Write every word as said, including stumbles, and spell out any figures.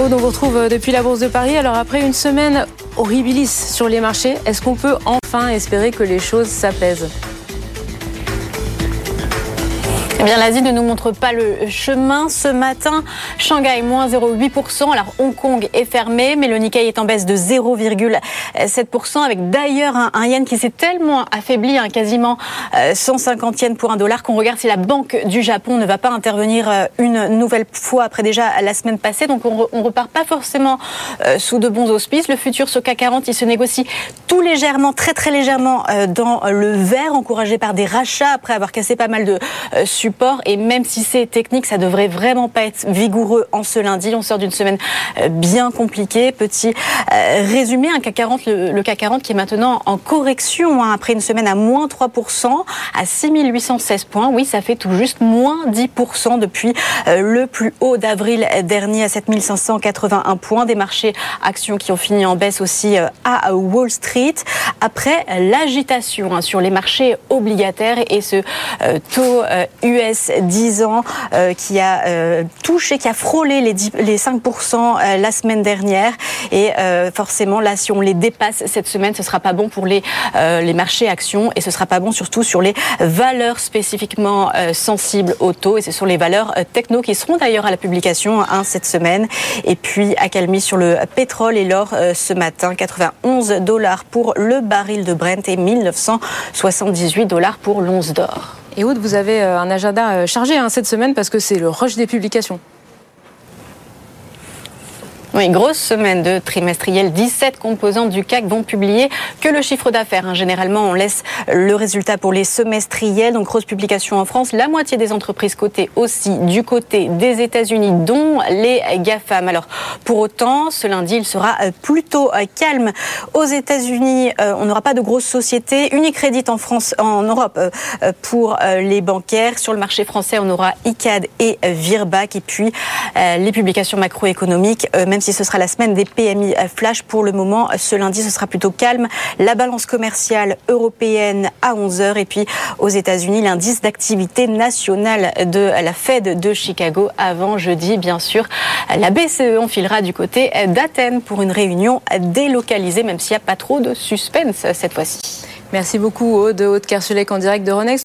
Aude, on vous retrouve depuis la Bourse de Paris. Alors après une semaine horribilis sur les marchés, est-ce qu'on peut enfin espérer que les choses s'apaisent ? Eh bien, l'Asie ne nous montre pas le chemin ce matin. Shanghai, moins zéro virgule huit pour cent. Alors, Hong Kong est fermé, mais le Nikkei est en baisse de zéro virgule sept pour cent, avec d'ailleurs un, un yen qui s'est tellement affaibli, hein, quasiment cent cinquante yens pour un dollar, qu'on regarde si la Banque du Japon ne va pas intervenir une nouvelle fois après déjà la semaine passée. Donc, on, re, on repart pas forcément euh, sous de bons auspices. Le futur sur C A C quarante, il se négocie tout légèrement, très très légèrement euh, dans le vert, encouragé par des rachats après avoir cassé pas mal de euh, supports. Et même si c'est technique, ça devrait vraiment pas être vigoureux en ce lundi. On sort d'une semaine bien compliquée. Petit euh, résumé, un C A C quarante, le, le C A C quarante qui est maintenant en correction, hein, après une semaine à moins trois pour cent, à six mille huit cent seize points. Oui, ça fait tout juste moins dix pour cent depuis euh, le plus haut d'avril dernier à sept mille cinq cent quatre-vingt-un points. Des marchés actions qui ont fini en baisse aussi euh, à Wall Street. Après l'agitation, hein, sur les marchés obligataires et ce euh, taux euh, U S dix ans euh, qui a euh, touché, qui a frôlé les, dix, les cinq pour cent euh, la semaine dernière. Et euh, forcément, là, si on les dépasse cette semaine, ce sera pas bon pour les, euh, les marchés actions et ce sera pas bon surtout sur les valeurs spécifiquement euh, sensibles au taux. Et ce sont les valeurs euh, techno qui seront d'ailleurs à la publication, hein, cette semaine. Et puis, accalmie sur le pétrole et l'or euh, ce matin, quatre-vingt-onze dollars pour le baril de Brent et mille neuf cent soixante-dix-huit dollars pour l'once d'or. Et Aude, vous avez un agenda chargé, hein, cette semaine parce que c'est le rush des publications. Oui, grosse semaine de trimestriel. dix-sept composantes du C A C vont publier que le chiffre d'affaires, hein. Généralement, on laisse le résultat pour les semestriels. Donc, grosse publication en France. La moitié des entreprises cotées aussi du côté des États-Unis, dont les GAFAM. Alors, pour autant, ce lundi, il sera plutôt calme. Aux États-Unis, on n'aura pas de grosses sociétés. Unicredit en France, en Europe, pour les bancaires. Sur le marché français, on aura I C A D et Virbac. Et puis, les publications macroéconomiques, même si ce sera la semaine des P M I flash, pour le moment, ce lundi, ce sera plutôt calme. La balance commerciale européenne à onze heures. Et puis, aux États-Unis, l'indice d'activité nationale de la Fed de Chicago avant jeudi, bien sûr. La B C E enfilera du côté d'Athènes pour une réunion délocalisée, même s'il n'y a pas trop de suspense cette fois-ci. Merci beaucoup, Aude. Aude Kersulek en direct de Ronex.